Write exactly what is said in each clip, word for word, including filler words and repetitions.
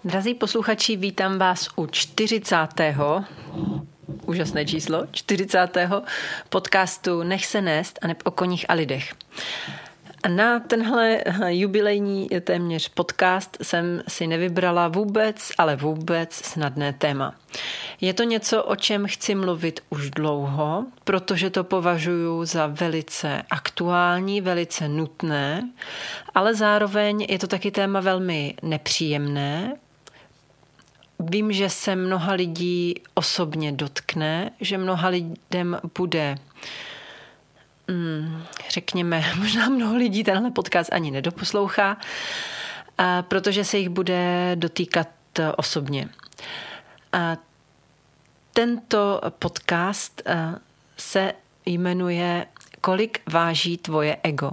Drazí posluchači, vítám vás u čtyřicátého úžasné číslo, čtyřicátého podcastu Nech se nést a neb o koních a lidech. Na tenhle jubilejní téměř podcast jsem si nevybrala vůbec, ale vůbec snadné téma. Je to něco, o čem chci mluvit už dlouho, protože to považuji za velice aktuální, velice nutné, ale zároveň je to taky téma velmi nepříjemné. Vím, že se mnoha lidí osobně dotkne, že mnoha lidem bude, hmm, řekněme, možná mnoho lidí tenhle podcast ani nedoposlouchá, protože se jich bude dotýkat osobně. A tento podcast se jmenuje Kolik váží tvoje ego.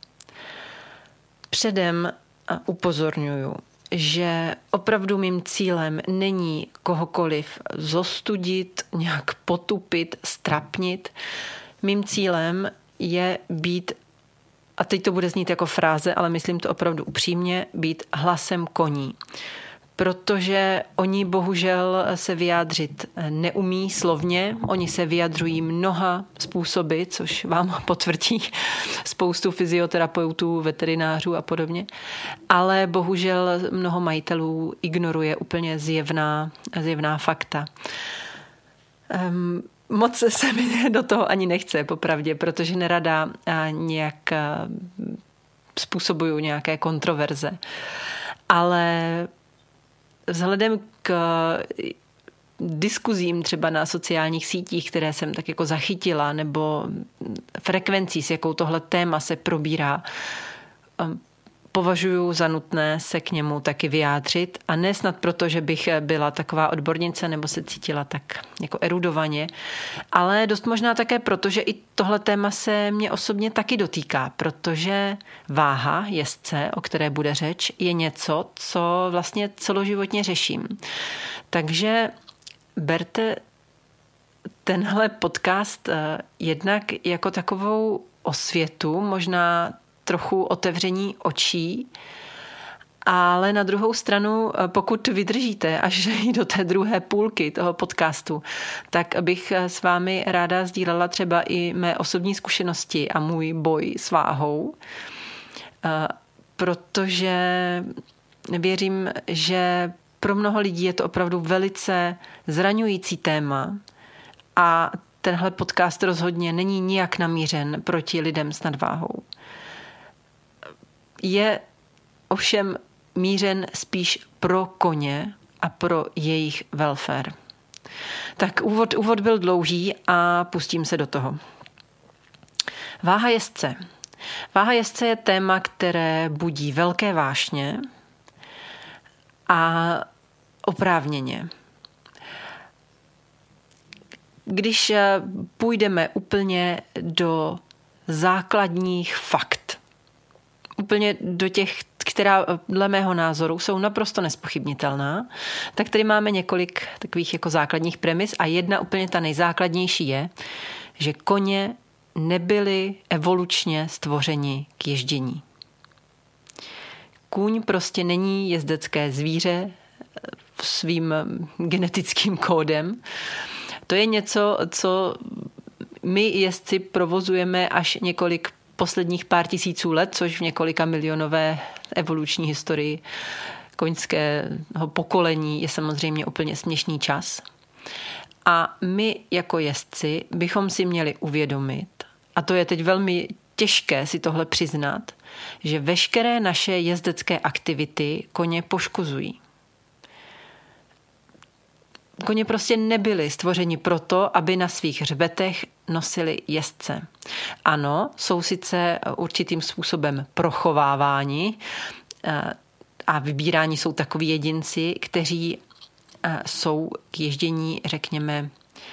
Předem upozorňuju, že opravdu mým cílem není kohokoliv zostudit, nějak potupit, strapnit. Mým cílem je být, a teď to bude znít jako fráze, ale myslím to opravdu upřímně, být hlasem koní. Protože oni bohužel se vyjádřit neumí slovně, oni se vyjadřují mnoha způsoby, což vám potvrdí spoustu fyzioterapeutů, veterinářů a podobně, ale bohužel mnoho majitelů ignoruje úplně zjevná, zjevná fakta. Um, moc se mi do toho ani nechce, popravdě, protože nerada nějak způsobuju nějaké kontroverze. Ale vzhledem k diskuzím třeba na sociálních sítích, které jsem tak jako zachytila, nebo frekvencí, s jakou tohle téma se probírá, považuji za nutné se k němu taky vyjádřit. A ne snad proto, že bych byla taková odbornice nebo se cítila tak jako erudovaně, ale dost možná také proto, že i tohle téma se mě osobně taky dotýká, protože váha jezdce, o které bude řeč, je něco, co vlastně celoživotně řeším. Takže berte tenhle podcast jednak jako takovou osvětu, možná trochu otevření očí, ale na druhou stranu, pokud vydržíte až do té druhé půlky toho podcastu, tak bych s vámi ráda sdílela třeba i mé osobní zkušenosti a můj boj s váhou, protože věřím, že pro mnoho lidí je to opravdu velice zraňující téma a tenhle podcast rozhodně není nijak namířen proti lidem s nadváhou. Je ovšem mířen spíš pro koně a pro jejich welfare. Tak úvod, úvod byl dlouhý a pustím se do toho. Váha jezdce. Váha jezdce je téma, které budí velké vášně a oprávněně. Když půjdeme úplně do základních fakt, úplně do těch, která dle mého názoru jsou naprosto nespochybnitelná, tak tady máme několik takových jako základních premis a jedna úplně ta nejzákladnější je, že koně nebyli evolučně stvořeni k ježdění. Kůň prostě není jezdecké zvíře svým genetickým kódem. To je něco, co my jezdci provozujeme až několik posledních pár tisíců let, což v několika milionové evoluční historii koňského pokolení je samozřejmě úplně směšný čas. A my jako jezdci bychom si měli uvědomit, a to je teď velmi těžké si tohle přiznat, že veškeré naše jezdecké aktivity koně poškozují. Koně prostě nebyly stvořeni proto, aby na svých hřbetech nosili jezdce. Ano, jsou sice určitým způsobem prochováváni a vybíráni jsou takoví jedinci, kteří jsou k ježdění, řekněme,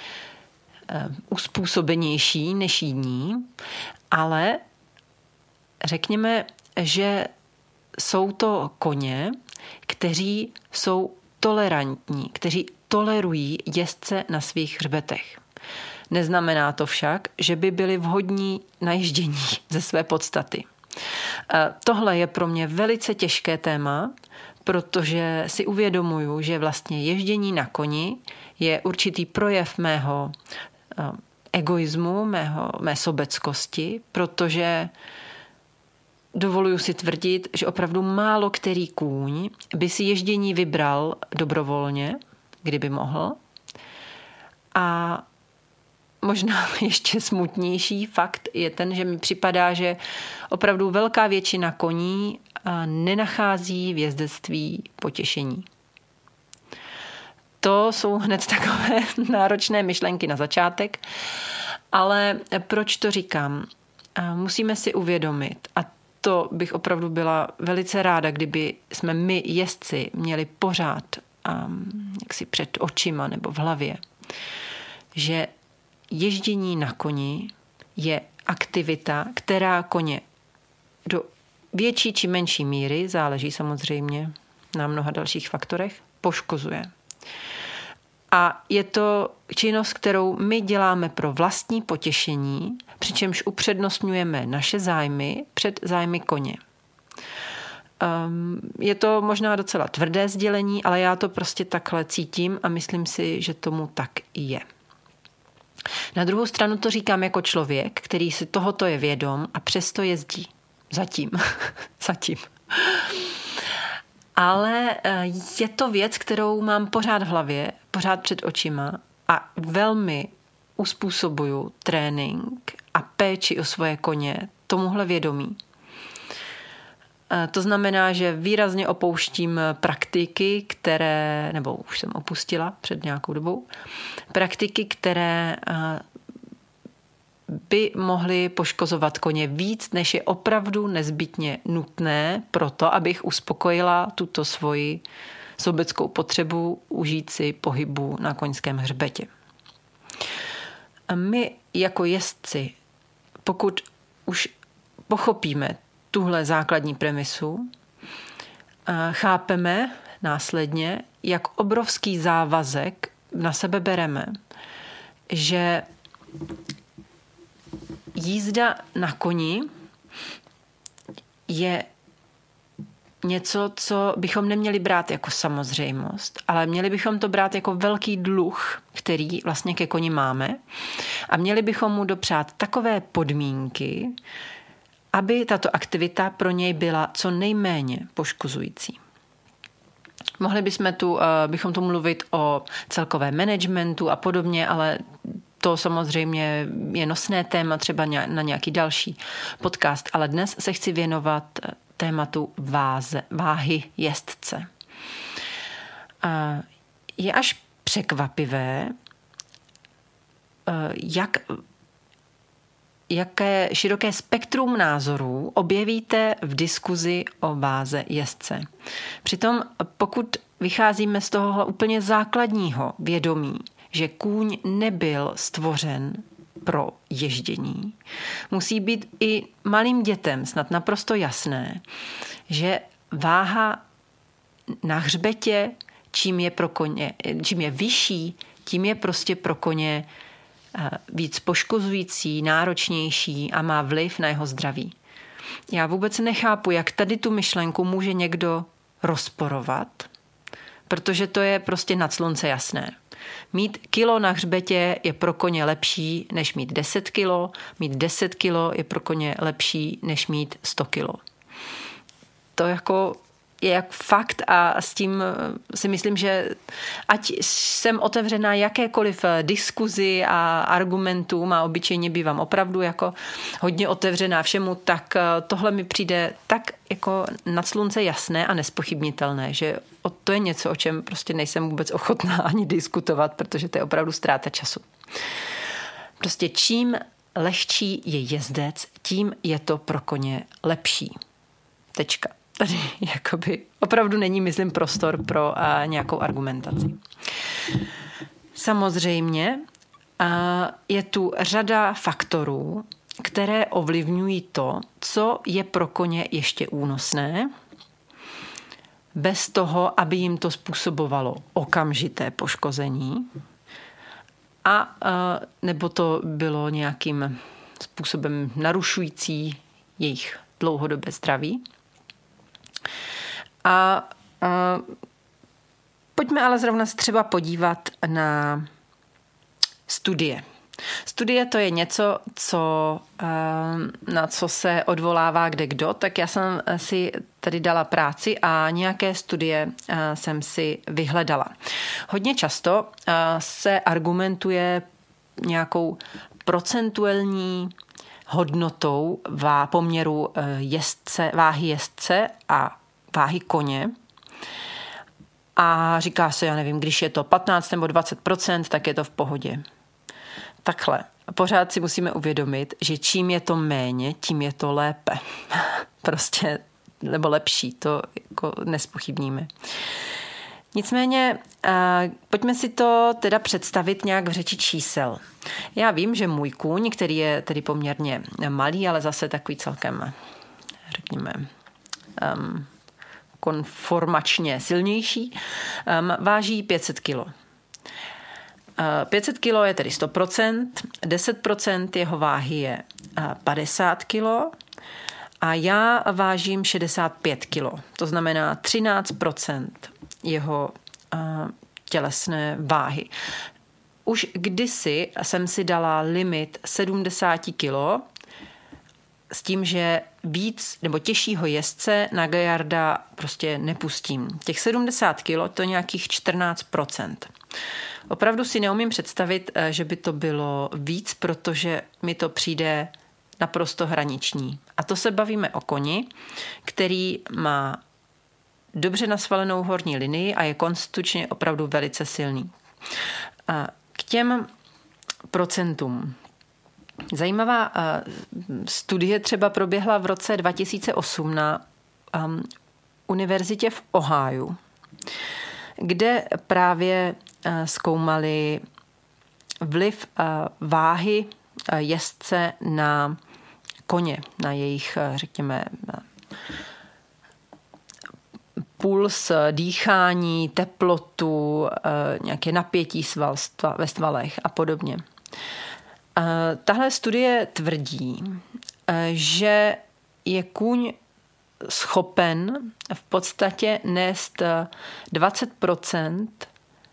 uspůsobenější než jiní, ale řekněme, že jsou to koně, kteří jsou tolerantní, kteří tolerují jezdce na svých hřbetech. Neznamená to však, že by byli vhodní na ježdění ze své podstaty. Tohle je pro mě velice těžké téma, protože si uvědomuju, že vlastně ježdění na koni je určitý projev mého egoismu, mého, mé sobeckosti, protože dovoluju si tvrdit, že opravdu málo který kůň by si ježdění vybral dobrovolně, kdyby mohl. A možná ještě smutnější fakt je ten, že mi připadá, že opravdu velká většina koní nenachází v jezdectví potěšení. To jsou hned takové náročné myšlenky na začátek, ale proč to říkám? Musíme si uvědomit, a to bych opravdu byla velice ráda, kdyby jsme my jezdci měli pořád um, jaksi před očima nebo v hlavě, že ježdění na koni je aktivita, která koně do větší či menší míry, záleží samozřejmě na mnoha dalších faktorech, poškozuje. A je to činnost, kterou my děláme pro vlastní potěšení, přičemž upřednostňujeme naše zájmy před zájmy koně. Um, je to možná docela tvrdé sdělení, ale já to prostě takhle cítím a myslím si, že tomu tak i je. Na druhou stranu to říkám jako člověk, který si tohoto je vědom a přesto jezdí. Zatím. Zatím. Ale je to věc, kterou mám pořád v hlavě, pořád před očima a velmi uspůsobuju trénink a péči o svoje koně tomuhle vědomí. To znamená, že výrazně opouštím praktiky, které, nebo už jsem opustila před nějakou dobou, praktiky, které by mohly poškozovat koně víc, než je opravdu nezbytně nutné pro to, abych uspokojila tuto svoji sobeckou potřebu užít si pohybu na koňském hřbetě. A my jako jezdci, pokud už pochopíme tuhle základní premisu, chápeme následně, jak obrovský závazek na sebe bereme, že jízda na koni je něco, co bychom neměli brát jako samozřejmost, ale měli bychom to brát jako velký dluh, který vlastně ke koni máme, a měli bychom mu dopřát takové podmínky, aby tato aktivita pro něj byla co nejméně poškozující. Mohli bychom tu, bychom tu mluvit o celkovém managementu a podobně, ale to samozřejmě je nosné téma třeba na nějaký další podcast, ale dnes se chci věnovat tématu váze, váhy jezdce. Je až překvapivé, jak, jaké široké spektrum názorů objevíte v diskuzi o váze jezdce. Přitom pokud vycházíme z toho úplně základního vědomí, že kůň nebyl stvořen pro ježdění, musí být i malým dětem snad naprosto jasné, že váha na hřbetě, čím je pro koně, čím je vyšší, tím je prostě pro koně víc poškozující, náročnější a má vliv na jeho zdraví. Já vůbec nechápu, jak tady tu myšlenku může někdo rozporovat, protože to je prostě nad slunce jasné. Mít kilo na hřbetě je pro koně lepší, než mít deset kilo. Mít deset kilo je pro koně lepší, než mít sto kilo. To jako je jak fakt a s tím si myslím, že ať jsem otevřená jakékoliv diskuzi a argumentům a obyčejně bývám opravdu jako hodně otevřená všemu, tak tohle mi přijde tak jako nad slunce jasné a nespochybnitelné, že to je něco, o čem prostě nejsem vůbec ochotná ani diskutovat, protože to je opravdu ztráta času. Prostě čím lehčí je jezdec, tím je to pro koně lepší. Tečka. Tady jakoby opravdu není, myslím, prostor pro a, nějakou argumentaci. Samozřejmě a, je tu řada faktorů, které ovlivňují to, co je pro koně ještě únosné, bez toho, aby jim to způsobovalo okamžité poškození a, a nebo to bylo nějakým způsobem narušující jejich dlouhodobé zdraví. A Pojďme ale zrovna se třeba podívat na studie. Studie to je něco, co, na co se odvolává kde kdo, tak já jsem si tady dala práci a nějaké studie jsem si vyhledala. Hodně často se argumentuje nějakou procentuální hodnotou vá, poměru jezdce, váhy jezdce a váhy koně. A říká se, já nevím, když je to patnáct nebo dvacet procent, tak je to v pohodě. Takhle. Pořád si musíme uvědomit, že čím je to méně, tím je to lépe. Prostě, nebo lepší, to jako nespochybníme. Nicméně, pojďme si to teda představit nějak v řeči čísel. Já vím, že můj kůň, který je tedy poměrně malý, ale zase takový celkem, řekněme, um, konformačně silnější, um, váží pět set kilo. pět set kilo je tedy sto procent, deset procent jeho váhy je padesát kilo a já vážím šedesát pět kilo. To znamená třináct procent jeho tělesné váhy. Už kdysi jsem si dala limit sedmdesát kilo s tím, že víc nebo těžšího jezdce na Gaillarda prostě nepustím. Těch sedmdesát kilo to nějakých čtrnáct procent. Opravdu si neumím představit, že by to bylo víc, protože mi to přijde naprosto hraniční. A to se bavíme o koni, který má dobře nasvalenou horní linii a je konstitučně opravdu velice silný. A k těm procentům. Zajímavá studie třeba proběhla v roce dva tisíce osm na um, univerzitě v Ohiu, kde právě zkoumali vliv váhy jezdce na koně, na jejich, řekněme, puls, dýchání, teplotu, nějaké napětí svalstva, ve svalech a podobně. Tahle studie tvrdí, že je kůň schopen v podstatě nést dvacet procent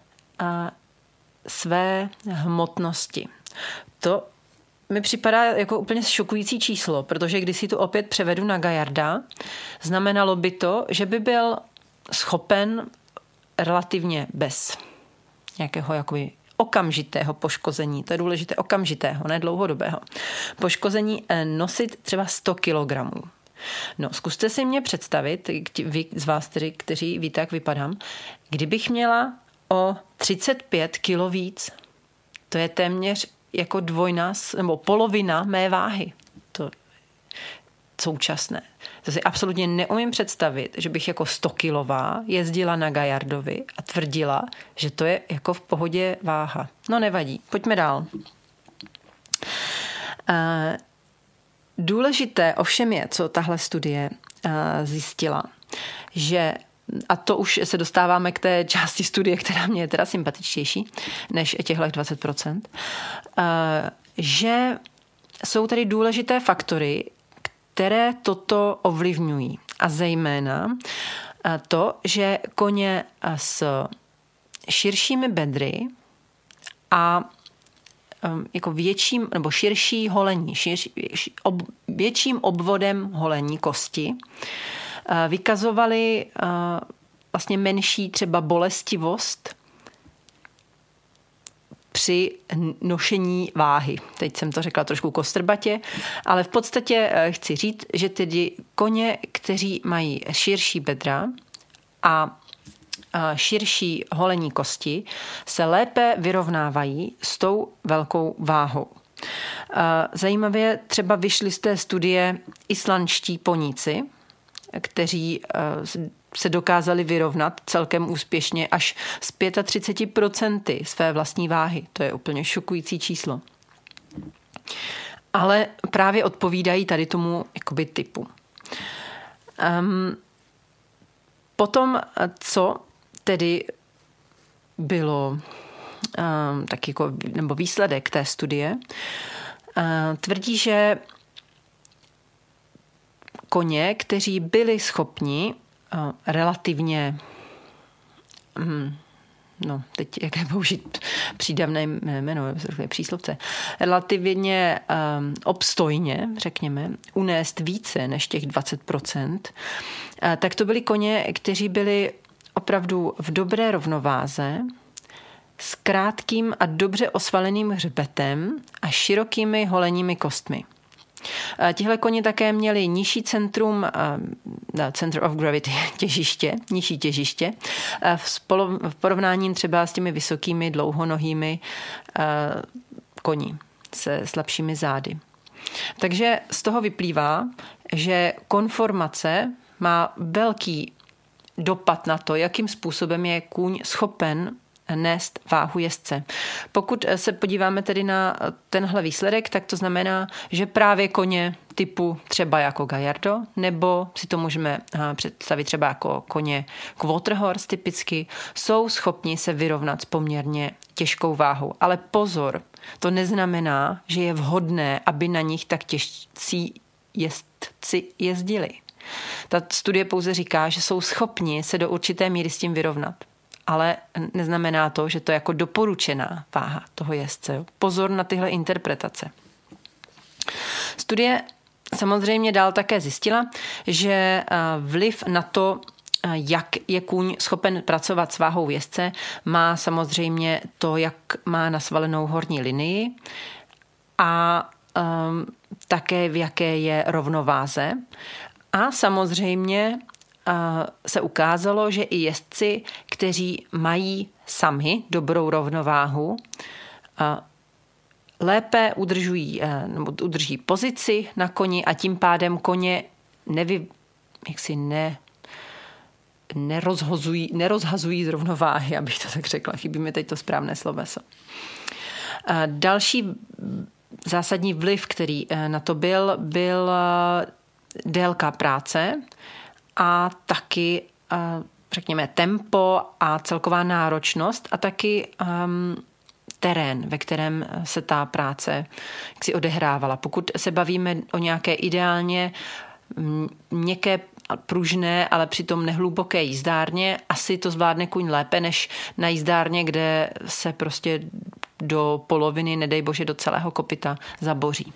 své hmotnosti. To mi připadá jako úplně šokující číslo, protože když si to opět převedu na Gaillarda, znamenalo by to, že by byl schopen relativně bez nějakého jakoby okamžitého poškození, to je důležité, okamžitého, ne dlouhodobého, poškození nosit třeba sto kilogramů. No, zkuste si mě představit, vy z vás, kteří, kteří víte, jak vypadám, kdybych měla o třicet pět kilo víc. To je téměř jako dvojnás, nebo polovina mé váhy. To současné. To si absolutně neumím představit, že bych jako sto kilová jezdila na Gaillardovi a tvrdila, že to je jako v pohodě váha. No nevadí, pojďme dál. Uh, důležité ovšem je, co tahle studie uh, zjistila, že a to už se dostáváme k té části studie, která mě je teda sympatičtější než těchto dvacet procent, že jsou tady důležité faktory, které toto ovlivňují. A zejména to, že koně s širšími bedry a jako větším nebo širší holení, širší, ob, větším obvodem holení kosti vykazovali vlastně menší třeba bolestivost při nošení váhy. Teď jsem to řekla trošku kostrbatě, ale v podstatě chci říct, že tedy koně, kteří mají širší bedra a širší holení kosti, se lépe vyrovnávají s tou velkou váhou. Zajímavě třeba vyšly z té studie islandští poníci, kteří se dokázali vyrovnat celkem úspěšně až z třicet pět procent své vlastní váhy. To je úplně šokující číslo. Ale právě odpovídají tady tomu jakoby typu. Um, potom, co tedy bylo um, tak jako, nebo výsledek té studie, uh, tvrdí, že koně, kteří byli schopni uh, relativně Hmm, no, teď jaké použít přídavné jméno, příslovce, relativně um, obstojně, řekněme, unést více než těch dvacet procent, uh, tak to byli koně, kteří byli opravdu v dobré rovnováze, s krátkým a dobře osvaleným hřbetem a širokými holenními kostmi. Tihle koni také měli nižší centrum, uh, center of gravity, těžiště, nižší těžiště, uh, v, spolo, v porovnání třeba s těmi vysokými, dlouhonohými uh, koní se slabšími zády. Takže z toho vyplývá, že konformace má velký dopad na to, jakým způsobem je kůň schopen nést váhu jezdce. Pokud se podíváme tedy na tenhle výsledek, tak to znamená, že právě koně typu třeba jako Gallardo, nebo si to můžeme představit třeba jako koně Quarter Horse typicky, jsou schopni se vyrovnat s poměrně těžkou váhou. Ale pozor, to neznamená, že je vhodné, aby na nich tak těžcí jezdci jezdili. Ta studie pouze říká, že jsou schopni se do určité míry s tím vyrovnat. Ale neznamená to, že to je jako doporučená váha toho jezdce. Pozor na tyhle interpretace. Studie samozřejmě dál také zjistila, že vliv na to, jak je kůň schopen pracovat s váhou jezdce, má samozřejmě to, jak má nasvalenou horní linii a um, také v jaké je rovnováze. A samozřejmě se ukázalo, že i jezdci, kteří mají sami dobrou rovnováhu, lépe udržují, nebo udrží pozici na koni a tím pádem koně nevy, jaksi ne, nerozhozují, nerozhazují z rovnováhy, abych to tak řekla. Chybí mi teď to správné sloveso. Další zásadní vliv, který na to byl, byl délka práce a taky, řekněme, tempo a celková náročnost a taky um, terén, ve kterém se ta práce si odehrávala. Pokud se bavíme o nějaké ideálně měkké, pružné, ale přitom nehluboké jízdárně, asi to zvládne kůň lépe, než na jízdárně, kde se prostě do poloviny, nedej bože, do celého kopyta zaboří.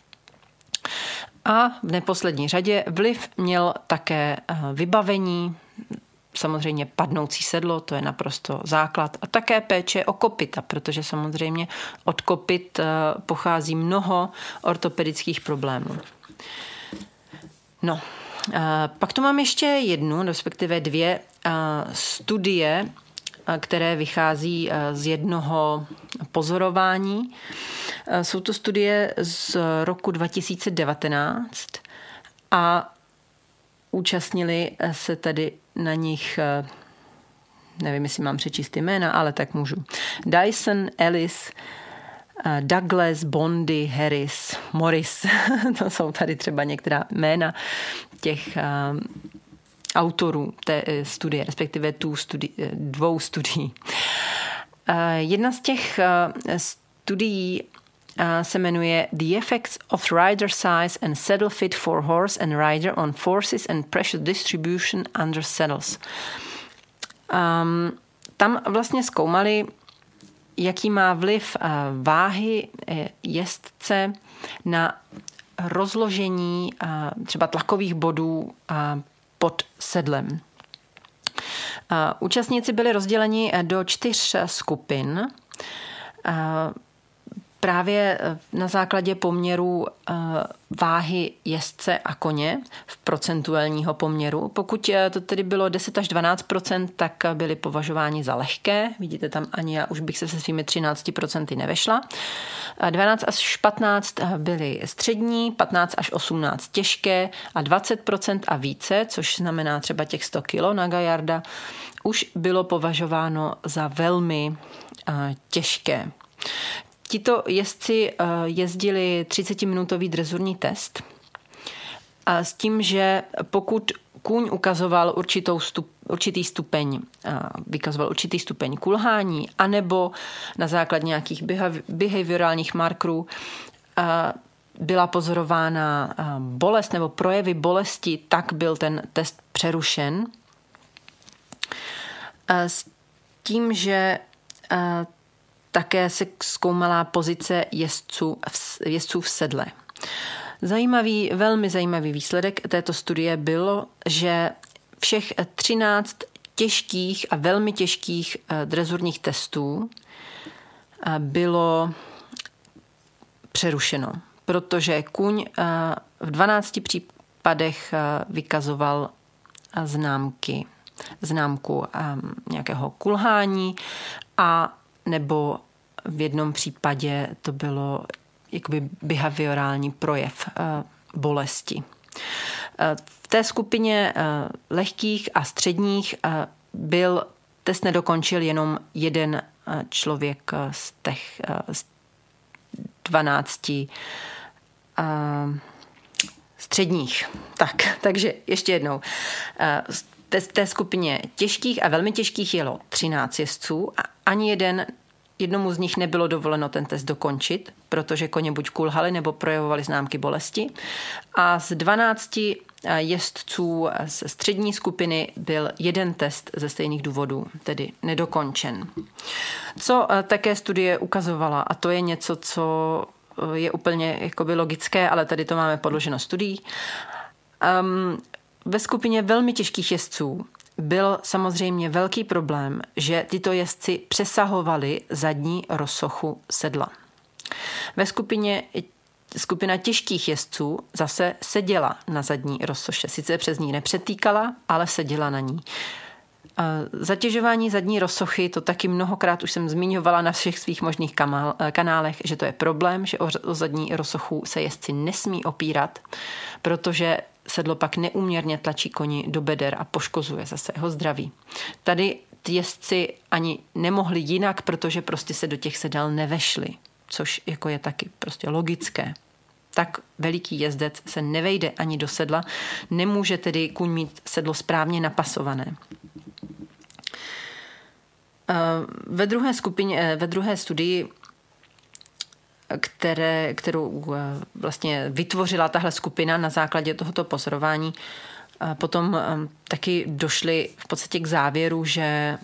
A v neposlední řadě vliv měl také vybavení, samozřejmě padnoucí sedlo, to je naprosto základ, a také péče o kopyta, protože samozřejmě od kopyt pochází mnoho ortopedických problémů. No, pak tu mám ještě jednu, respektive dvě studie, které vychází z jednoho pozorování. Jsou to studie z roku dva tisíce devatenáct a účastnili se tedy na nich, nevím, jestli mám přečíst jména, ale tak můžu. Dyson, Ellis, Douglas, Bondy, Harris, Morris. To jsou tady třeba některá jména těch autorů té studie, respektive tu studi- dvou studií. Jedna z těch studií se jmenuje The Effects of Rider Size and Saddle Fit for Horse and Rider on Forces and Pressure Distribution Under Saddles. Um, tam vlastně zkoumali, jaký má vliv váhy jezdce na rozložení třeba tlakových bodů pod sedlem. Účastníci byli rozděleni do čtyř skupin právě na základě poměru váhy jezdce a koně v procentuálního poměru. Pokud to tedy bylo deset až dvanáct procent, tak byly považováni za lehké. Vidíte tam, ani já už bych se se svými třináct procent nevešla. dvanáct až patnáct byly střední, patnáct až osmnáct těžké a dvacet procent a více, což znamená třeba těch sto kilo na Gallarda, už bylo považováno za velmi těžké. Tito jezdci jezdili třicetiminutový drezurní test a s tím, že pokud kůň ukazoval určitou stup, určitý stupeň, vykazoval určitý stupeň kulhání, anebo na základě nějakých behaviorálních markerů byla pozorována bolest nebo projevy bolesti, tak byl ten test přerušen. S tím, že také se zkoumala pozice jezdců v, jezdců v sedle. Zajímavý, velmi zajímavý výsledek této studie bylo, že všech třináct těžkých a velmi těžkých drezurních testů bylo přerušeno, protože kůň v dvanácti případech vykazoval známky, známku nějakého kulhání a nebo v jednom případě to bylo jakoby behaviorální projev bolesti. V té skupině lehkých a středních byl test nedokončil jenom jeden člověk z těch dvanácti středních. Tak, takže ještě jednou. V té skupině těžkých a velmi těžkých jelo třináct jezdců a ani jeden, jednomu z nich nebylo dovoleno ten test dokončit, protože koně buď kulhali nebo projevovali známky bolesti. A z dvanácti jezdců ze střední skupiny byl jeden test ze stejných důvodů, tedy nedokončen. Co také studie ukazovala, a to je něco, co je úplně jakoby logické, ale tady to máme podloženo studií. Um, ve skupině velmi těžkých jezdců byl samozřejmě velký problém, že tyto jezdci přesahovali zadní rozsochu sedla. Ve skupině skupina těžkých jezdců zase seděla na zadní rozsoše. Sice přes ní nepřetýkala, ale seděla na ní. Zatěžování zadní rozsochy, to taky mnohokrát už jsem zmiňovala na všech svých možných kanálech, že to je problém, že o zadní rozsochu se jezdci nesmí opírat, protože sedlo pak neúměrně tlačí koni do beder a poškozuje zase jeho zdraví. Tady ty jezdci ani nemohli jinak, protože prostě se do těch sedel nevešli, což jako je taky prostě logické. Tak veliký jezdec se nevejde ani do sedla, nemůže tedy kůň mít sedlo správně napasované. Ve druhé skupině, ve druhé studii, které, kterou vlastně vytvořila tahle skupina na základě tohoto pozorování, potom taky došli v podstatě k závěru, že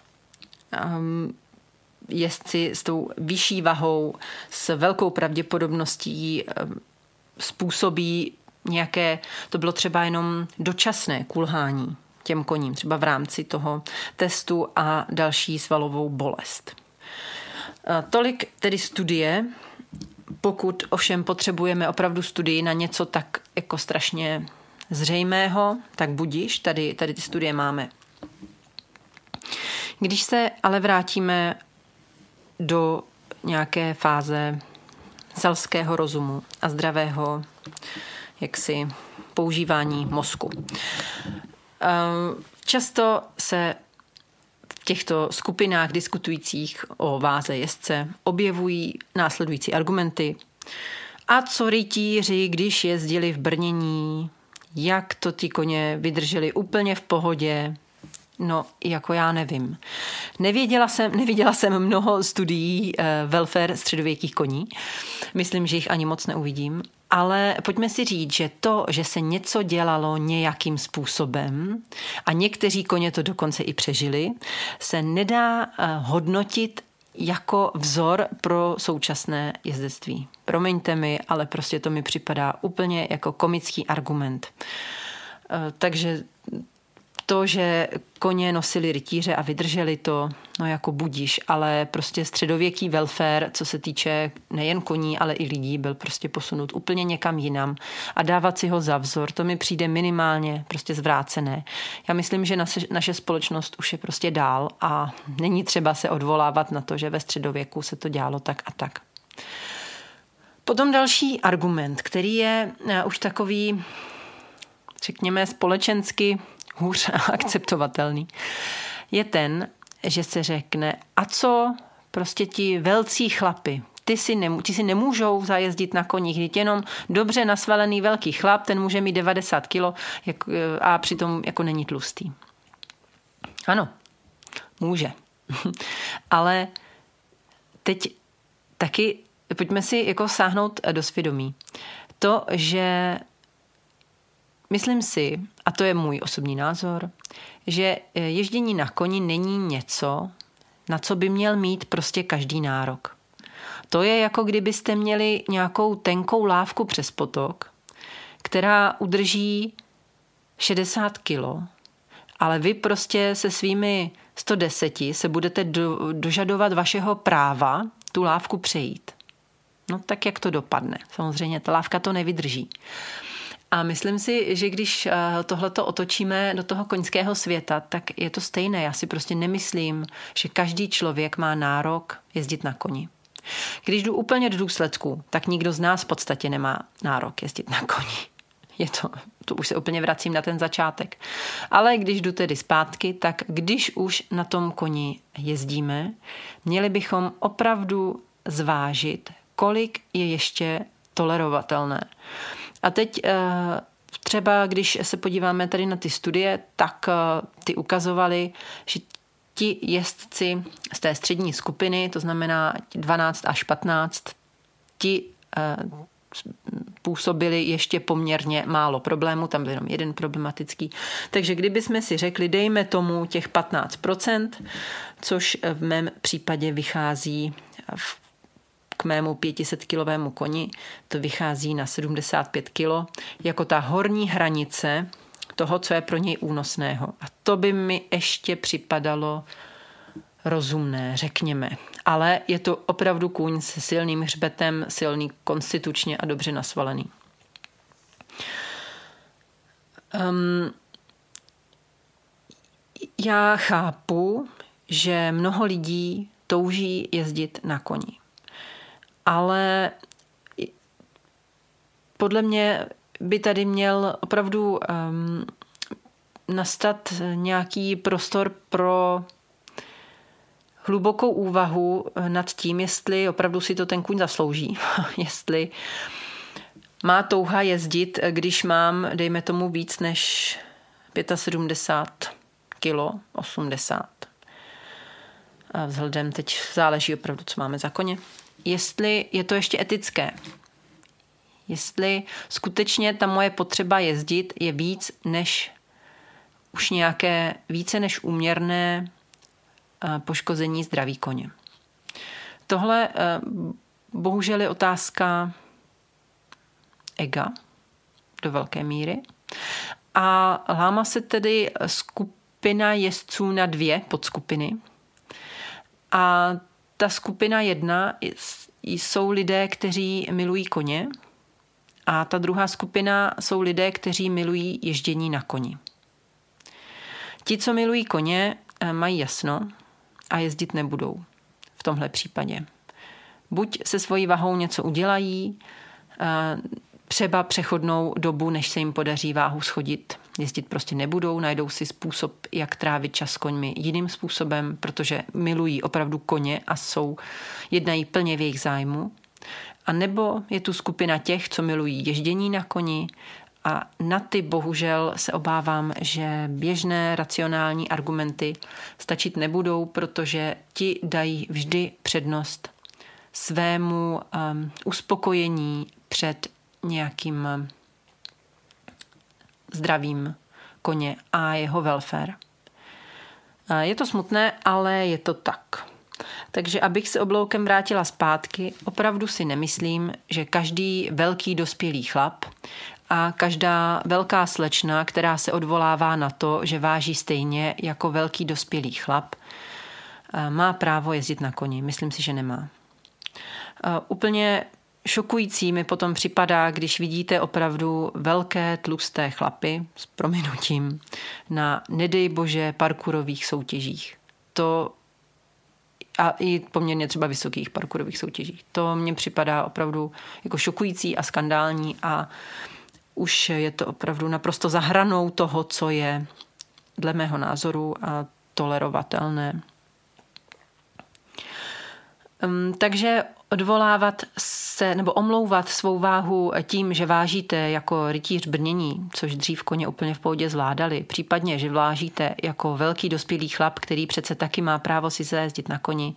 jezdci s tou vyšší vahou s velkou pravděpodobností způsobí nějaké, to bylo třeba jenom dočasné kulhání těm koním, třeba v rámci toho testu a další svalovou bolest. Tolik tedy studie. Pokud ovšem potřebujeme opravdu studii na něco tak jako strašně zřejmého, tak budiš, tady, tady ty studie máme. Když se ale vrátíme do nějaké fáze selského rozumu a zdravého jaksi používání mozku. Často se v těchto skupinách diskutujících o váze jezdce objevují následující argumenty. A co rytíři, když jezdili v brnění, jak to ty koně vydrželi úplně v pohodě? No, jako já nevím. Nevěděla jsem, neviděla jsem mnoho studií uh, welfare středověkých koní. Myslím, že jich ani moc neuvidím. Ale pojďme si říct, že to, že se něco dělalo nějakým způsobem a někteří koně to dokonce i přežili, se nedá uh, hodnotit jako vzor pro současné jezdectví. Promiňte mi, ale prostě to mi připadá úplně jako komický argument. Uh, takže to, že koně nosili rytíře a vydrželi to, no jako budíš, ale prostě středověký welfare, co se týče nejen koní, ale i lidí, byl prostě posunut úplně někam jinam a dávat si ho za vzor, to mi přijde minimálně prostě zvrácené. Já myslím, že naše, naše společnost už je prostě dál a není třeba se odvolávat na to, že ve středověku se to dělalo tak a tak. Potom další argument, který je už takový, řekněme, společensky hůř akceptovatelný, je ten, že se řekne, a co prostě ti velcí chlapi, ty si, nemů- ti si nemůžou zajezdit na koních, když jenom dobře nasvalený velký chlap, ten může mít devadesát kilo a přitom jako není tlustý. Ano, může. Ale teď taky pojďme si jako sáhnout do svědomí. To, že myslím si, a to je můj osobní názor, že ježdění na koni není něco, na co by měl mít prostě každý nárok. To je jako kdybyste měli nějakou tenkou lávku přes potok, která udrží šedesát kilo, ale vy prostě se svými sto deset se budete do, dožadovat vašeho práva tu lávku přejít. No tak jak to dopadne? Samozřejmě ta lávka to nevydrží. A myslím si, že když tohleto otočíme do toho koňského světa, tak je to stejné. Já si prostě nemyslím, že každý člověk má nárok jezdit na koni. Když jdu úplně do důsledku, tak nikdo z nás v podstatě nemá nárok jezdit na koni. Je to, to už se úplně vracím na ten začátek. Ale když jdu tedy zpátky, tak když už na tom koni jezdíme, měli bychom opravdu zvážit, kolik je ještě tolerovatelné. A teď třeba, když se podíváme tady na ty studie, tak ty ukazovaly, že ti jezdci z té střední skupiny, to znamená dvanáct až patnáct, ti působili ještě poměrně málo problémů, tam byl jenom jeden problematický. Takže kdybychom si řekli, dejme tomu těch patnáct procent, což v mém případě vychází v k mému pětisetkilovému koni, to vychází na sedmdesát pět kilo, jako ta horní hranice toho, co je pro něj únosného. A to by mi ještě připadalo rozumné, řekněme. Ale je to opravdu kůň se silným hřbetem, silný konstitučně a dobře nasvalený. Um, já chápu, že mnoho lidí touží jezdit na koni. Ale podle mě by tady měl opravdu um, nastat nějaký prostor pro hlubokou úvahu nad tím, jestli opravdu si to ten kůň zaslouží. Jestli má touha jezdit, když mám, dejme tomu, víc než sedmdesát pět kilo, osmdesát. A vzhledem teď záleží opravdu, co máme za koně. Jestli je to ještě etické. Jestli skutečně ta moje potřeba jezdit je víc než už nějaké více než úměrné poškození zdraví koně. Tohle bohužel je otázka ega do velké míry. A láma se tedy skupina jezdců na dvě podskupiny. A ta skupina jedna jsou lidé, kteří milují koně, a ta druhá skupina jsou lidé, kteří milují ježdění na koni. Ti, co milují koně, mají jasno a jezdit nebudou v tomhle případě. Buď se svojí vahou něco udělají, třeba přechodnou dobu, než se jim podaří váhu schodit. Jezdit prostě nebudou, najdou si způsob, jak trávit čas s koňmi jiným způsobem, protože milují opravdu koně a jsou, jednají plně v jejich zájmu. A nebo je tu skupina těch, co milují ježdění na koni, a na ty bohužel se obávám, že běžné racionální argumenty stačit nebudou, protože ti dají vždy přednost svému um, uspokojení před nějakým um, zdravím koně a jeho welfare. Uh, je to smutné, ale je to tak. Takže abych se obloukem vrátila zpátky, opravdu si nemyslím, že každý velký dospělý chlap a každá velká slečna, která se odvolává na to, že váží stejně jako velký dospělý chlap, má právo jezdit na koni. Myslím si, že nemá. Úplně šokující mi potom připadá, když vidíte opravdu velké tlusté chlapy s prominutím na, nedej bože, parkourových soutěžích. To a i poměrně třeba vysokých parkourových soutěžích. To mně připadá opravdu jako šokující a skandální a už je to opravdu naprosto za hranou toho, co je dle mého názoru a tolerovatelné. Um, takže odvolávat se nebo omlouvat svou váhu tím, že vážíte jako rytíř brnění, což dřív koně úplně v pohodě zvládali, případně, že vážíte jako velký dospělý chlap, který přece taky má právo si zajezdit na koni.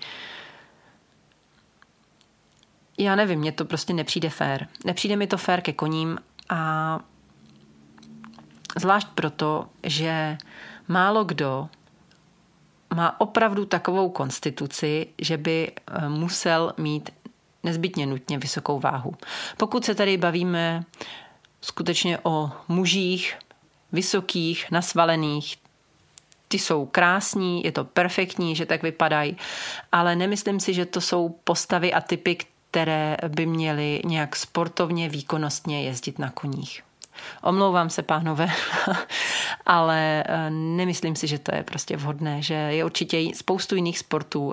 Já nevím, mně to prostě nepřijde fér. Nepřijde mi to fér ke koním a zvlášť proto, že málo kdo má opravdu takovou konstituci, že by musel mít nezbytně nutně vysokou váhu. Pokud se tady bavíme skutečně o mužích, vysokých, nasvalených, ty jsou krásní, je to perfektní, že tak vypadají, ale nemyslím si, že to jsou postavy a typy, které by měly nějak sportovně, výkonnostně jezdit na koních. Omlouvám se, pánové, ale nemyslím si, že to je prostě vhodné, že je určitě spoustu jiných sportů,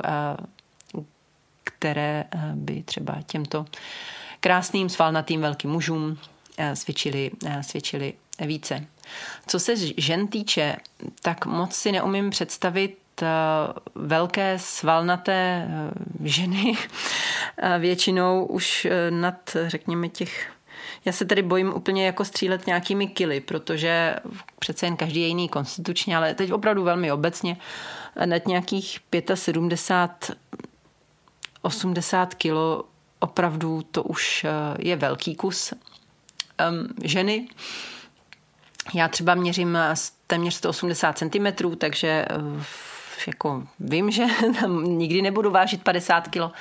které by třeba těmto krásným, svalnatým velkým mužům svědčili, svědčili více. Co se žen týče, tak moc si neumím představit velké svalnaté ženy, většinou už nad, řekněme, těch... Já se tady bojím úplně jako střílet nějakými kily, protože přece jen každý je jiný konstitučně, ale teď opravdu velmi obecně nad nějakých sedmdesát pět osmdesát kilo opravdu to už je velký kus ženy. Já třeba měřím téměř sto osmdesát centimetrů, takže jako vím, že nikdy nebudu vážit padesát kilo,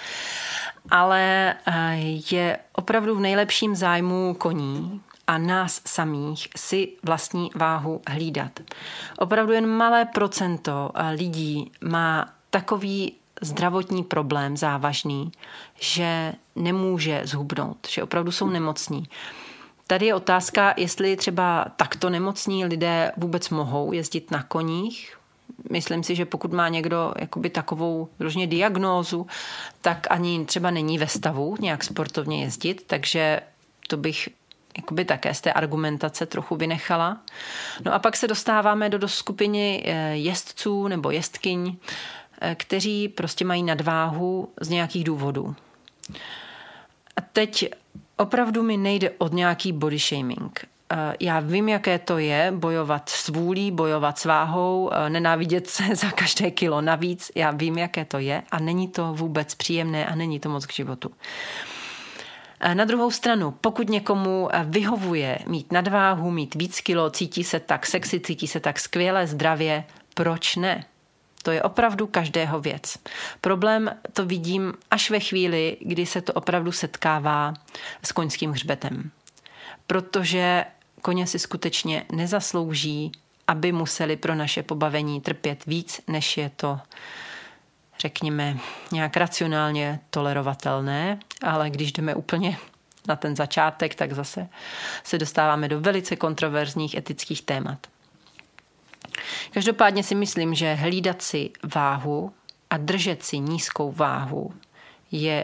ale je opravdu v nejlepším zájmu koní a nás samých si vlastní váhu hlídat. Opravdu jen malé procento lidí má takový zdravotní problém závažný, že nemůže zhubnout, že opravdu jsou nemocní. Tady je otázka, jestli třeba takto nemocní lidé vůbec mohou jezdit na koních. Myslím si, že pokud má někdo jakoby takovou různě diagnózu, tak ani třeba není ve stavu nějak sportovně jezdit, takže to bych jakoby také z té argumentace trochu vynechala. No a pak se dostáváme do, do skupiny jezdců nebo jezdkyň, kteří prostě mají nadváhu z nějakých důvodů. A teď opravdu mi nejde od nějaký body shaming. Já vím, jaké to je bojovat s vůlí, bojovat s váhou, nenávidět se za každé kilo navíc. Já vím, jaké to je a není to vůbec příjemné a není to moc k životu. Na druhou stranu, pokud někomu vyhovuje mít nadváhu, mít víc kilo, cítí se tak sexy, cítí se tak skvěle, zdravě, proč ne? To je opravdu každého věc. Problém to vidím až ve chvíli, kdy se to opravdu setkává s koňským hřbetem. Protože koně si skutečně nezaslouží, aby museli pro naše pobavení trpět víc, než je to, řekněme, nějak racionálně tolerovatelné, ale když jdeme úplně na ten začátek, tak zase se dostáváme do velice kontroverzních etických témat. Každopádně si myslím, že hlídat si váhu a držet si nízkou váhu je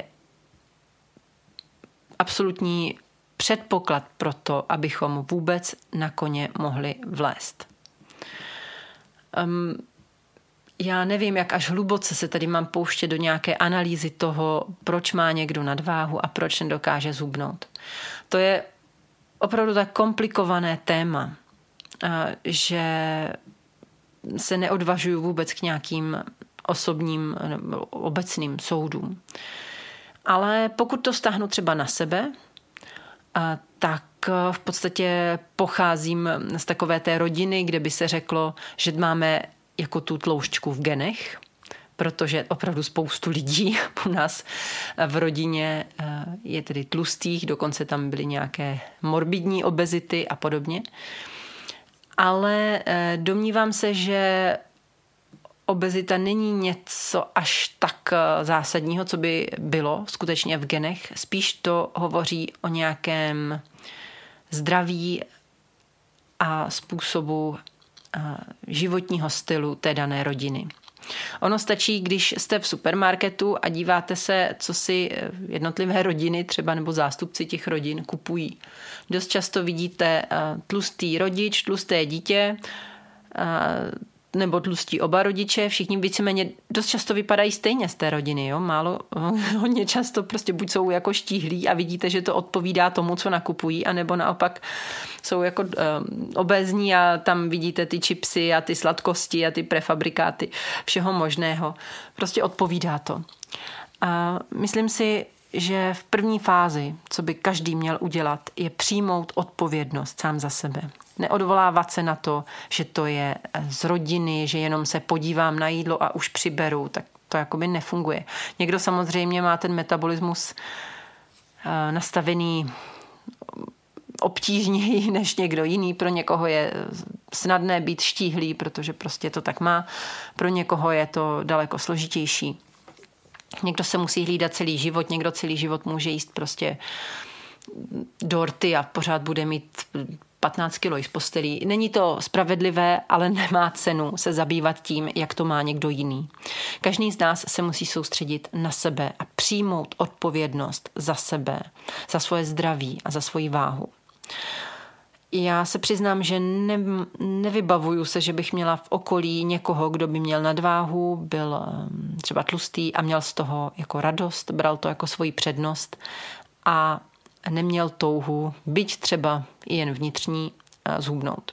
absolutní předpoklad pro to, abychom vůbec na koně mohli vlézt. Um, já nevím, jak až hluboce se tady mám pouštět do nějaké analýzy toho, proč má někdo nadváhu a proč nedokáže zhubnout. To je opravdu tak komplikované téma, že se neodvažuju vůbec k nějakým osobním nebo obecným soudům. Ale pokud to stáhnu třeba na sebe, tak v podstatě pocházím z takové té rodiny, kde by se řeklo, že máme jako tu tloušťku v genech, protože opravdu spoustu lidí u nás v rodině je tedy tlustých, dokonce tam byly nějaké morbidní obezity a podobně. Ale domnívám se, že obezita není něco až tak zásadního, co by bylo skutečně v genech. Spíš to hovoří o nějakém zdraví a způsobu životního stylu té dané rodiny. Ono stačí, když jste v supermarketu a díváte se, co si jednotlivé rodiny, třeba nebo zástupci těch rodin kupují. Dost často vidíte tlustý rodič, tlusté dítě, nebo tlustí oba rodiče, všichni víceméně dost často vypadají stejně z té rodiny, jo? Málo, hodně často prostě buď jsou jako štíhlí a vidíte, že to odpovídá tomu, co nakupují, anebo naopak jsou jako uh, obézní a tam vidíte ty chipsy a ty sladkosti a ty prefabrikáty všeho možného. Prostě odpovídá to. A myslím si, že v první fázi, co by každý měl udělat, je přijmout odpovědnost sám za sebe. Neodvolávat se na to, že to je z rodiny, že jenom se podívám na jídlo a už přiberu, tak to jakoby nefunguje. Někdo samozřejmě má ten metabolismus nastavený obtížněji než někdo jiný. Pro někoho je snadné být štíhlý, protože prostě to tak má. Pro někoho je to daleko složitější. Někdo se musí hlídat celý život, někdo celý život může jíst prostě dorty a pořád bude mít patnáct kilo z postelí. Není to spravedlivé, ale nemá cenu se zabývat tím, jak to má někdo jiný. Každý z nás se musí soustředit na sebe a přijmout odpovědnost za sebe, za svoje zdraví a za svoji váhu. Já se přiznám, že ne, nevybavuju se, že bych měla v okolí někoho, kdo by měl nadváhu, byl třeba tlustý a měl z toho jako radost, bral to jako svoji přednost a neměl touhu, byť třeba i jen vnitřní, zhubnout.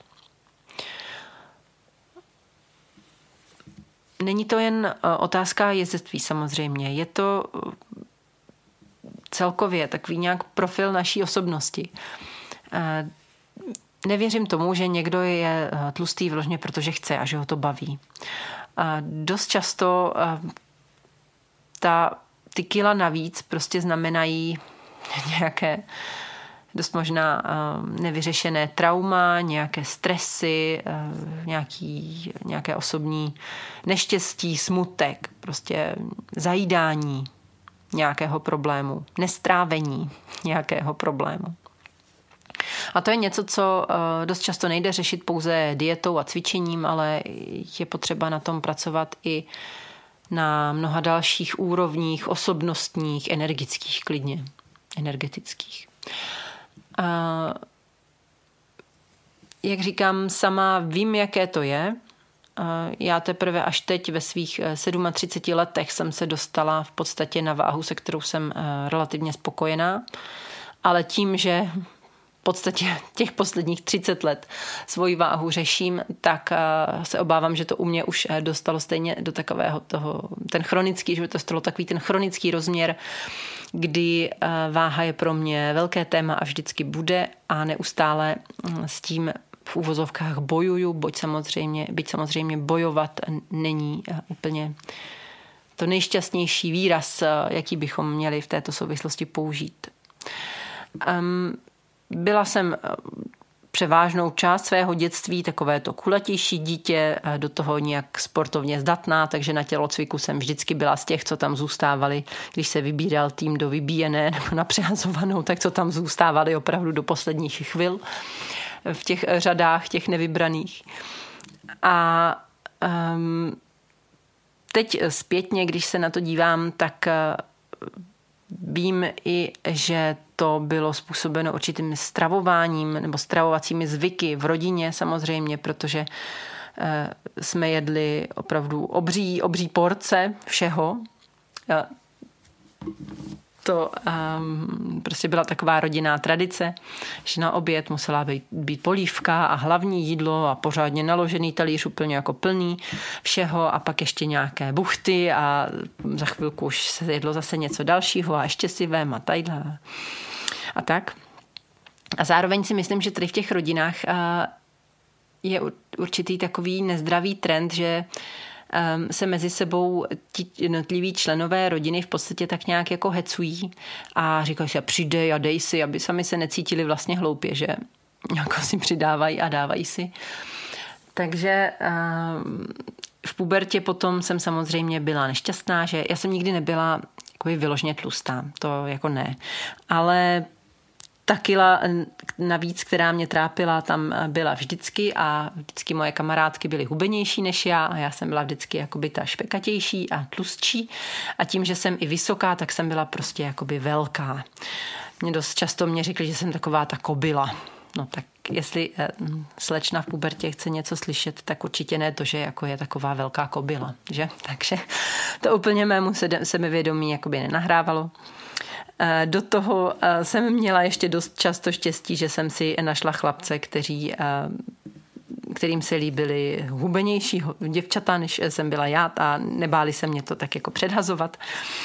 Není to jen otázka jezdectví samozřejmě, je to celkově takový nějak profil naší osobnosti. Nevěřím tomu, že někdo je tlustý vložně, protože chce a že ho to baví. Dost často ta, ty kila navíc prostě znamenají nějaké dost možná nevyřešené trauma, nějaké stresy, nějaký, nějaké osobní neštěstí, smutek, prostě zajídání nějakého problému, nestrávení nějakého problému. A to je něco, co dost často nejde řešit pouze dietou a cvičením, ale je potřeba na tom pracovat i na mnoha dalších úrovních, osobnostních, energických klidně. energetických. A jak říkám, sama vím, jaké to je. A já teprve až teď ve svých třiceti sedmi letech jsem se dostala v podstatě na váhu, se kterou jsem relativně spokojená. Ale tím, že v podstatě těch posledních třicet let svoji váhu řeším, tak se obávám, že to u mě už dostalo stejně do takového toho, ten chronický, že by to stalo takový ten chronický rozměr, kdy váha je pro mě velké téma a vždycky bude a neustále s tím v úvozovkách bojuju, byť samozřejmě, byť samozřejmě bojovat není úplně to nejšťastnější výraz, jaký bychom měli v této souvislosti použít. Um, Byla jsem převážnou část svého dětství takové to kulatější dítě, do toho nějak sportovně zdatná, takže na tělocviku jsem vždycky byla z těch, co tam zůstávali, když se vybíral tým do vybíjené nebo na přehazovanou, tak co tam zůstávali opravdu do posledních chvil v těch řadách těch nevybraných. A um, teď zpětně, když se na to dívám, tak vím i, že to bylo způsobeno určitým stravováním nebo stravovacími zvyky v rodině samozřejmě, protože jsme jedli opravdu obří, obří porce všeho. To um, prostě byla taková rodinná tradice, že na oběd musela být, být polívka a hlavní jídlo a pořádně naložený talíř úplně jako plný všeho a pak ještě nějaké buchty a za chvilku už se jedlo zase něco dalšího a ještě si vem a tadyhle a tak. A zároveň si myslím, že tady v těch rodinách uh, je určitý takový nezdravý trend, že se mezi sebou ti jednotliví členové rodiny v podstatě tak nějak jako hecují a říkají si, přidej a dej si, aby sami se necítili vlastně hloupě, že jako si přidávají a dávají si. Takže v pubertě potom jsem samozřejmě byla nešťastná, že já jsem nikdy nebyla jako vyloženě tlustá, to jako ne, ale ta kila navíc, která mě trápila, tam byla vždycky a vždycky moje kamarádky byly hubenější než já a já jsem byla vždycky jakoby ta špekatější a tlustší a tím, že jsem i vysoká, tak jsem byla prostě jakoby velká. Mě dost často mě řekli, že jsem taková ta kobyla. No tak jestli slečna v pubertě chce něco slyšet, tak určitě ne to, že jako je taková velká kobyla, že? Takže to úplně mému sebevědomí jakoby nenahrávalo. Do toho jsem měla ještě dost často štěstí, že jsem si našla chlapce, kteří, kterým se líbily hubenější děvčata, než jsem byla já a nebáli se mě to tak jako předhazovat.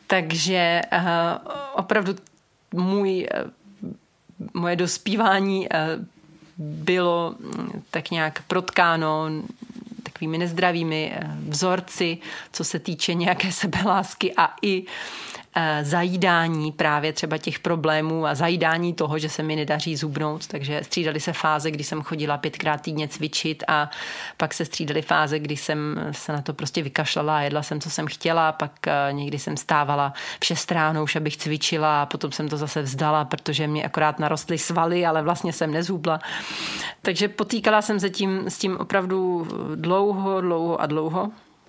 Takže uh, opravdu můj, uh, moje dospívání uh, bylo tak nějak protkáno takovými nezdravými vzorci, co se týče nějaké sebelásky a i zajídání právě třeba těch problémů a zajídání toho, že se mi nedaří zhubnout. Takže střídaly se fáze, kdy jsem chodila pětkrát týdně cvičit a pak se střídaly fáze, kdy jsem se na to prostě vykašlala a jedla jsem, co jsem chtěla. Pak někdy jsem stávala v šest ráno už, abych cvičila a potom jsem to zase vzdala, protože mě akorát narostly svaly, ale vlastně jsem nezhubla. Takže potýkala jsem se tím, s tím opravdu dlouho, dlouho a dlouho.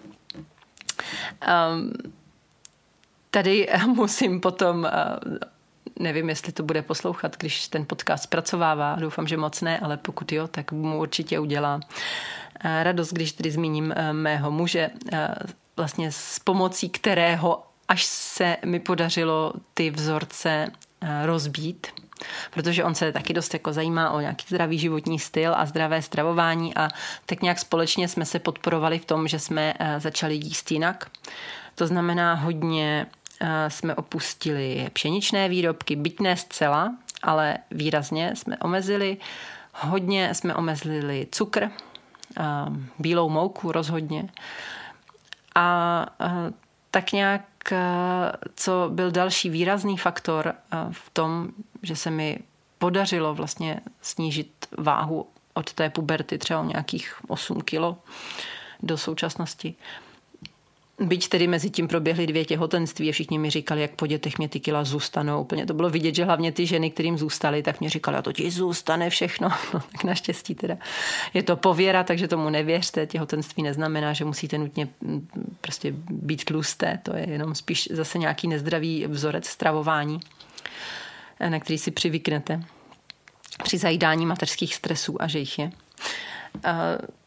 Um, Tady musím potom, nevím, jestli to bude poslouchat, když ten podcast zpracovává, doufám, že moc ne, ale pokud jo, tak mu určitě udělá radost, když tady zmíním mého muže, vlastně s pomocí kterého až se mi podařilo ty vzorce rozbít, protože on se taky dost jako zajímá o nějaký zdravý životní styl a zdravé stravování a tak nějak společně jsme se podporovali v tom, že jsme začali jíst jinak. To znamená hodně jsme opustili pšeničné výrobky, byť ne zcela, ale výrazně jsme omezili. Hodně jsme omezili cukr, bílou mouku rozhodně. A tak nějak, co byl další výrazný faktor v tom, že se mi podařilo vlastně snížit váhu od té puberty třeba o nějakých osm kilo do současnosti. Byť tedy mezi tím proběhly dvě těhotenství a všichni mi říkali, jak po dětech mě ty kila zůstanou. Úplně to bylo vidět, že hlavně ty ženy, kterým zůstaly, tak mě říkali, a to ti zůstane všechno. No, tak naštěstí teda je to pověra, takže tomu nevěřte. Těhotenství neznamená, že musíte nutně prostě být tlusté. To je jenom spíš zase nějaký nezdravý vzorec stravování, na který si přivyknete při zajídání mateřských stresů a že jich je. A,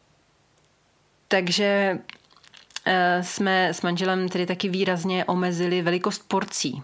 takže jsme s manželem tedy taky výrazně omezili velikost porcí.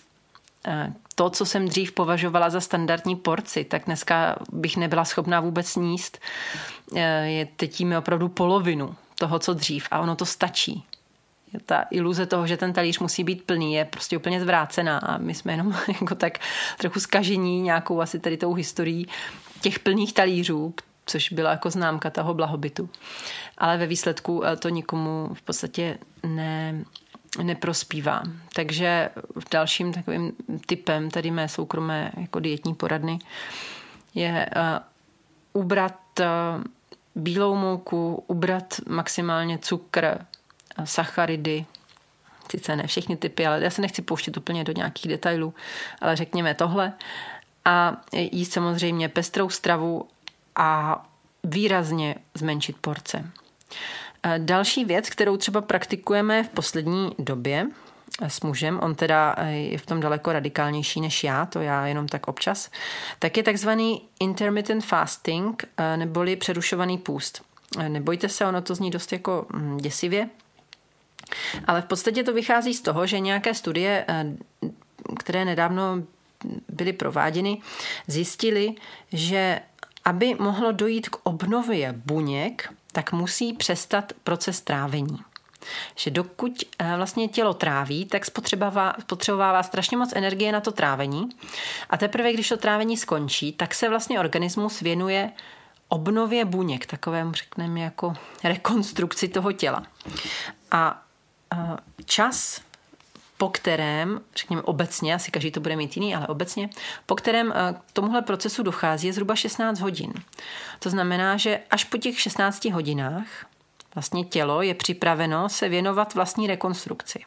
To, co jsem dřív považovala za standardní porci, tak dneska bych nebyla schopná vůbec sníst. Je, teď jíme opravdu polovinu toho, co dřív a ono to stačí. Ta iluze toho, že ten talíř musí být plný, je prostě úplně zvrácená a my jsme jenom jako tak trochu zkažení nějakou asi tady tou historií těch plných talířů, což byla jako známka toho blahobytu. Ale ve výsledku to nikomu v podstatě ne, neprospívá. Takže dalším takovým typem tady mé soukromé jako dietní poradny je uh, ubrat uh, bílou mouku, ubrat maximálně cukr, sacharidy, sice ne všechny typy, ale já se nechci pouštět úplně do nějakých detailů, ale řekněme tohle. A jíst samozřejmě pestrou stravu a výrazně zmenšit porce. Další věc, kterou třeba praktikujeme v poslední době s mužem, on teda je v tom daleko radikálnější než já, to já jenom tak občas, tak je takzvaný intermittent fasting, neboli přerušovaný půst. Nebojte se, ono to zní dost jako děsivě, ale v podstatě to vychází z toho, že nějaké studie, které nedávno byly prováděny, zjistily, že aby mohlo dojít k obnově buněk, tak musí přestat proces trávení. Že dokud vlastně tělo tráví, tak spotřebovává, spotřebovává strašně moc energie na to trávení a teprve, když to trávení skončí, tak se vlastně organismus věnuje obnově buněk, takovému řekneme jako rekonstrukci toho těla. A čas, po kterém, řekněme obecně, asi každý to bude mít jiný, ale obecně, po kterém k tomuhle procesu dochází, je zhruba šestnáct hodin. To znamená, že až po těch šestnácti hodinách vlastně tělo je připraveno se věnovat vlastní rekonstrukci.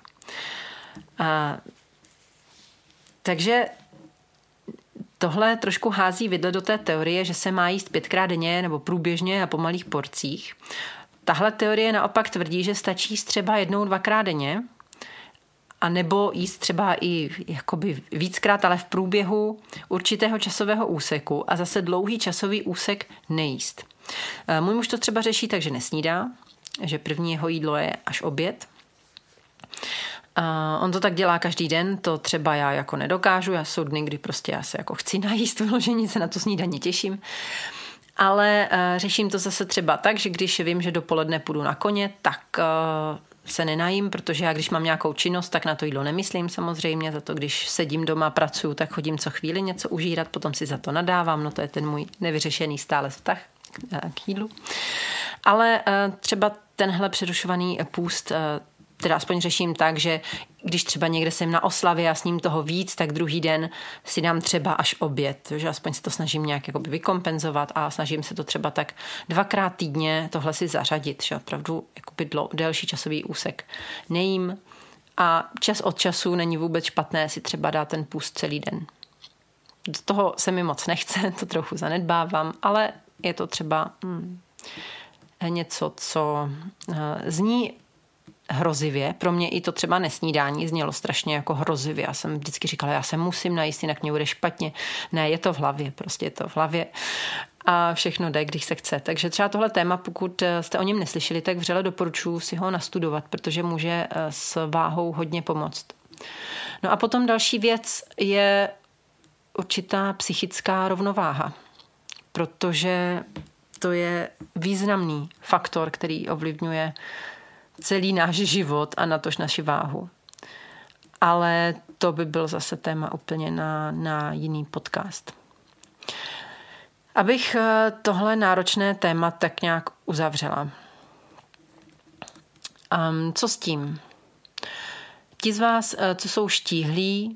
A, takže tohle trošku hází vidle do té teorie, že se má jíst pětkrát denně nebo průběžně a po malých porcích. Tahle teorie naopak tvrdí, že stačí jíst třeba jednou, dvakrát denně, a nebo jíst třeba i jakoby víckrát, ale v průběhu určitého časového úseku a zase dlouhý časový úsek nejíst. Můj muž to třeba řeší tak, že nesnídá, že první jeho jídlo je až oběd. On to tak dělá každý den, to třeba já jako nedokážu, já jsou dny, kdy prostě já se jako chci najíst, vyloženě se na to snídaní těším. Ale řeším to zase třeba tak, že když vím, že dopoledne půjdu na koně, tak se nenajím, protože já když mám nějakou činnost, tak na to jídlo nemyslím samozřejmě, za to když sedím doma, pracuju, tak chodím co chvíli něco užírat, potom si za to nadávám, no to je ten můj nevyřešený stále vztah k jídlu. Ale třeba tenhle přerušovaný půst teda aspoň řeším tak, že když třeba někde jsem na oslavě a s ním toho víc, tak druhý den si dám třeba až oběd, že aspoň se to snažím nějak jakoby vykompenzovat a snažím se to třeba tak dvakrát týdně tohle si zařadit, že opravdu jakoby dlou, delší časový úsek nejím a čas od času není vůbec špatné si třeba dát ten půst celý den. Do toho se mi moc nechce, to trochu zanedbávám, ale je to třeba hmm, něco, co uh, zní hrozivě. Pro mě i to třeba nesnídání znělo strašně jako hrozivě. Já jsem vždycky říkala, já se musím najíst, jinak mě bude špatně. Ne, je to v hlavě, prostě je to v hlavě a všechno jde, když se chce. Takže třeba tohle téma, pokud jste o něm neslyšeli, tak vřele doporučuji si ho nastudovat, protože může s váhou hodně pomoct. No a potom další věc je určitá psychická rovnováha, protože to je významný faktor, který ovlivňuje celý náš život a natož naši váhu. Ale to by byl zase téma úplně na, na jiný podcast. Abych tohle náročné téma tak nějak uzavřela. Um, co s tím? Ti z vás, co jsou štíhlí,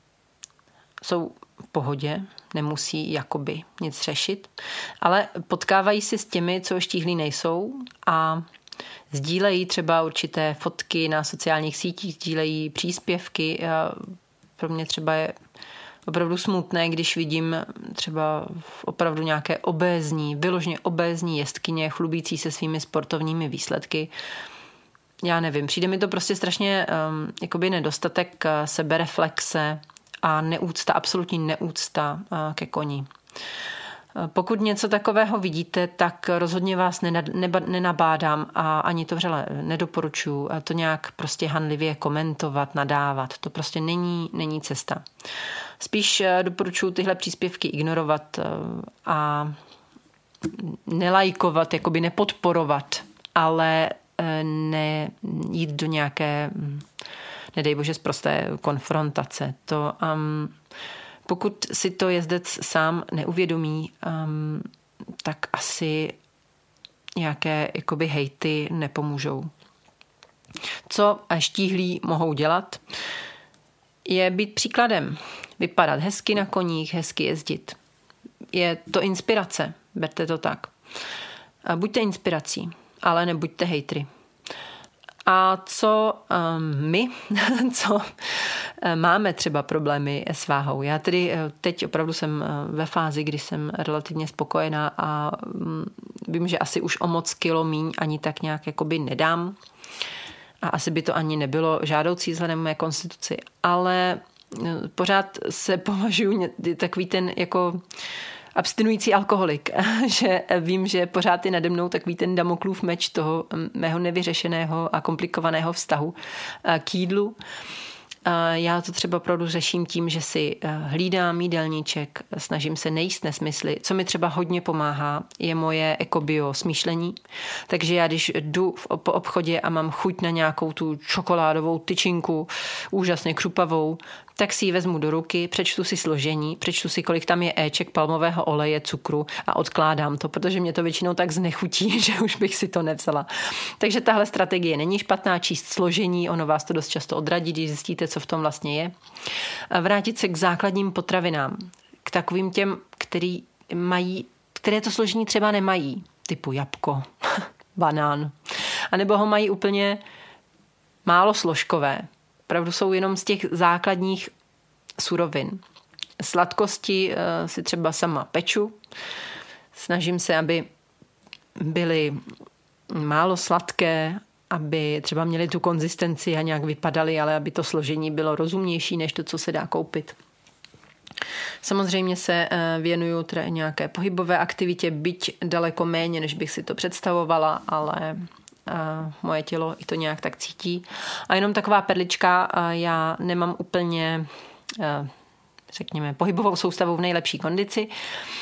jsou v pohodě, nemusí jakoby nic řešit, ale potkávají se s těmi, co štíhlí nejsou a sdílejí třeba určité fotky na sociálních sítích, sdílejí příspěvky. Pro mě třeba je opravdu smutné, když vidím třeba opravdu nějaké obézní, vyloženě obézní jestkyně chlubící se svými sportovními výsledky. Já nevím, přijde mi to prostě strašně um, jakoby nedostatek sebereflexe a neúcta, absolutní neúcta uh, ke koni. Pokud něco takového vidíte, tak rozhodně vás nenabádám a ani to vřele nedoporučuji to nějak prostě hanlivě komentovat, nadávat. To prostě není, není cesta. Spíš doporučuji tyhle příspěvky ignorovat a nelajkovat, jakoby nepodporovat, ale ne jít do nějaké, nedej bože, sprosté konfrontace. To um, Pokud si to jezdec sám neuvědomí, um, tak asi nějaké jakoby hejty nepomůžou. Co štíhlí mohou dělat, je být příkladem. Vypadat hezky na koních, hezky jezdit. Je to inspirace, berte to tak. Buďte inspirací, ale nebuďte hejtry. A co um, my, co um, máme třeba problémy s váhou. Já tedy teď opravdu jsem ve fázi, kdy jsem relativně spokojená a um, vím, že asi už o moc kilo míň ani tak nějak jakoby nedám. A asi by to ani nebylo žádoucí vzhledem mé konstituci. Ale pořád se považuji takový ten jako abstinující alkoholik, že vím, že pořád je nade mnou takový ten Damoklův meč toho mého nevyřešeného a komplikovaného vztahu k jídlu. Já to třeba opravdu řeším tím, že si hlídám jídelníček, snažím se nejíst nesmysly. Co mi třeba hodně pomáhá, je moje ekobio smýšlení. Takže já, když jdu po obchodě a mám chuť na nějakou tu čokoládovou tyčinku, úžasně křupavou, tak si ji vezmu do ruky, přečtu si složení, přečtu si, kolik tam je éček palmového oleje, cukru a odkládám to, protože mě to většinou tak znechutí, že už bych si to nevzala. Takže tahle strategie není špatná, číst složení, ono vás to dost často odradí, když zjistíte, co v tom vlastně je. A vrátit se k základním potravinám, k takovým těm, který mají, které to složení třeba nemají, typu jabko, banán, anebo ho mají úplně málo složkové. Opravdu jsou jenom z těch základních surovin. Sladkosti si třeba sama peču. Snažím se, aby byly málo sladké, aby třeba měly tu konzistenci a nějak vypadaly, ale aby to složení bylo rozumnější než to, co se dá koupit. Samozřejmě se věnuju teda nějaké pohybové aktivitě, byť daleko méně, než bych si to představovala, ale moje tělo i to nějak tak cítí. A jenom taková perlička, já nemám úplně, řekněme, pohybovou soustavu v nejlepší kondici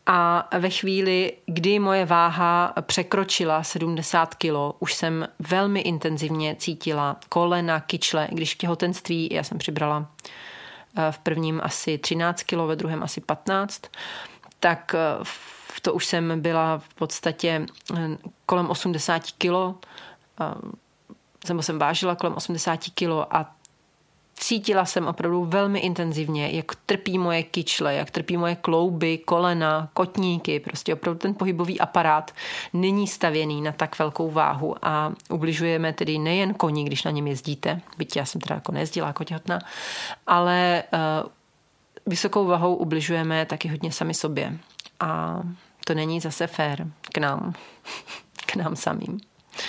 A ve chvíli, kdy moje váha překročila sedmdesát kilo, už jsem velmi intenzivně cítila kolena, kyčle, když v těhotenství, já jsem přibrala v prvním asi třináct kilo, ve druhém asi patnáct, tak v to už jsem byla v podstatě kolem osmdesát kilo, nebo jsem vážila kolem osmdesát kilo a cítila jsem opravdu velmi intenzivně, jak trpí moje kyčle, jak trpí moje klouby, kolena, kotníky. Prostě opravdu ten pohybový aparát není stavěný na tak velkou váhu a ubližujeme tedy nejen koni, když na něm jezdíte, byť já jsem teda jako nejezdila jako těhotná, ale uh, vysokou váhou ubližujeme taky hodně sami sobě. A to není zase fér k nám, k nám samým.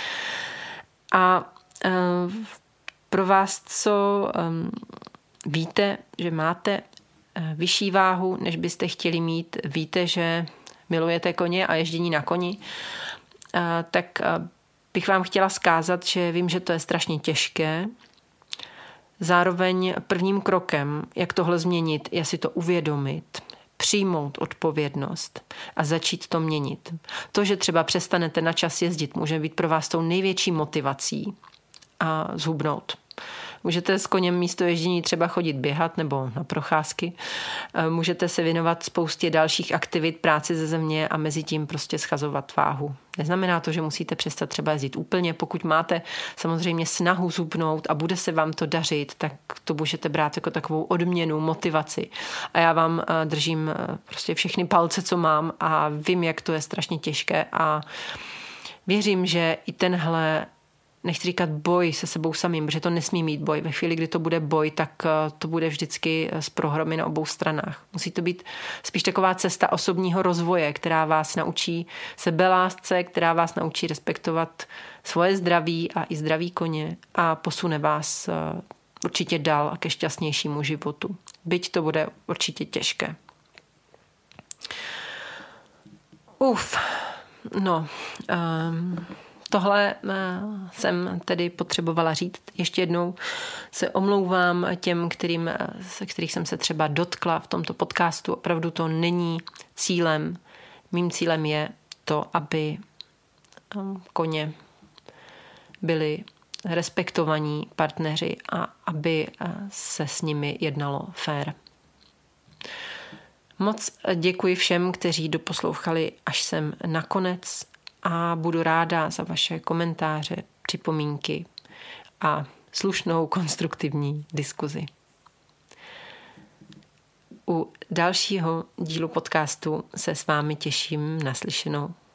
A uh, pro vás, co um, víte, že máte uh, vyšší váhu, než byste chtěli mít, víte, že milujete koně a ježdění na koni, uh, tak uh, bych vám chtěla vzkázat, že vím, že to je strašně těžké. Zároveň prvním krokem, jak tohle změnit, je si to uvědomit, přijmout odpovědnost a začít to měnit. To, že třeba přestanete na čas jezdit, může být pro vás tou největší motivací a zhubnout. Můžete s koněm místo ježdění třeba chodit běhat nebo na procházky. Můžete se věnovat spoustě dalších aktivit, práci ze země a mezi tím prostě schazovat váhu. Neznamená to, že musíte přestat třeba jezdit úplně. Pokud máte samozřejmě snahu zhubnout a bude se vám to dařit, tak to můžete brát jako takovou odměnu, motivaci. A já vám držím prostě všechny palce, co mám a vím, jak to je strašně těžké a věřím, že i tenhle, nechci říkat boj se sebou samým, protože to nesmí mít boj. Ve chvíli, kdy to bude boj, tak to bude vždycky z prohromy na obou stranách. Musí to být spíš taková cesta osobního rozvoje, která vás naučí sebelásce, která vás naučí respektovat svoje zdraví a i zdraví koně a posune vás určitě dál ke šťastnějšímu životu. Byť to bude určitě těžké. Uf, no... Um, Tohle jsem tedy potřebovala říct. Ještě jednou se omlouvám těm, kterým, se kterých jsem se třeba dotkla v tomto podcastu. Opravdu to není cílem. Mým cílem je to, aby koně byli respektovaní partneři a aby se s nimi jednalo fér. Moc děkuji všem, kteří doposlouchali až sem nakonec. A budu ráda za vaše komentáře, připomínky a slušnou konstruktivní diskuzi. U dalšího dílu podcastu se s vámi těším na slyšenou.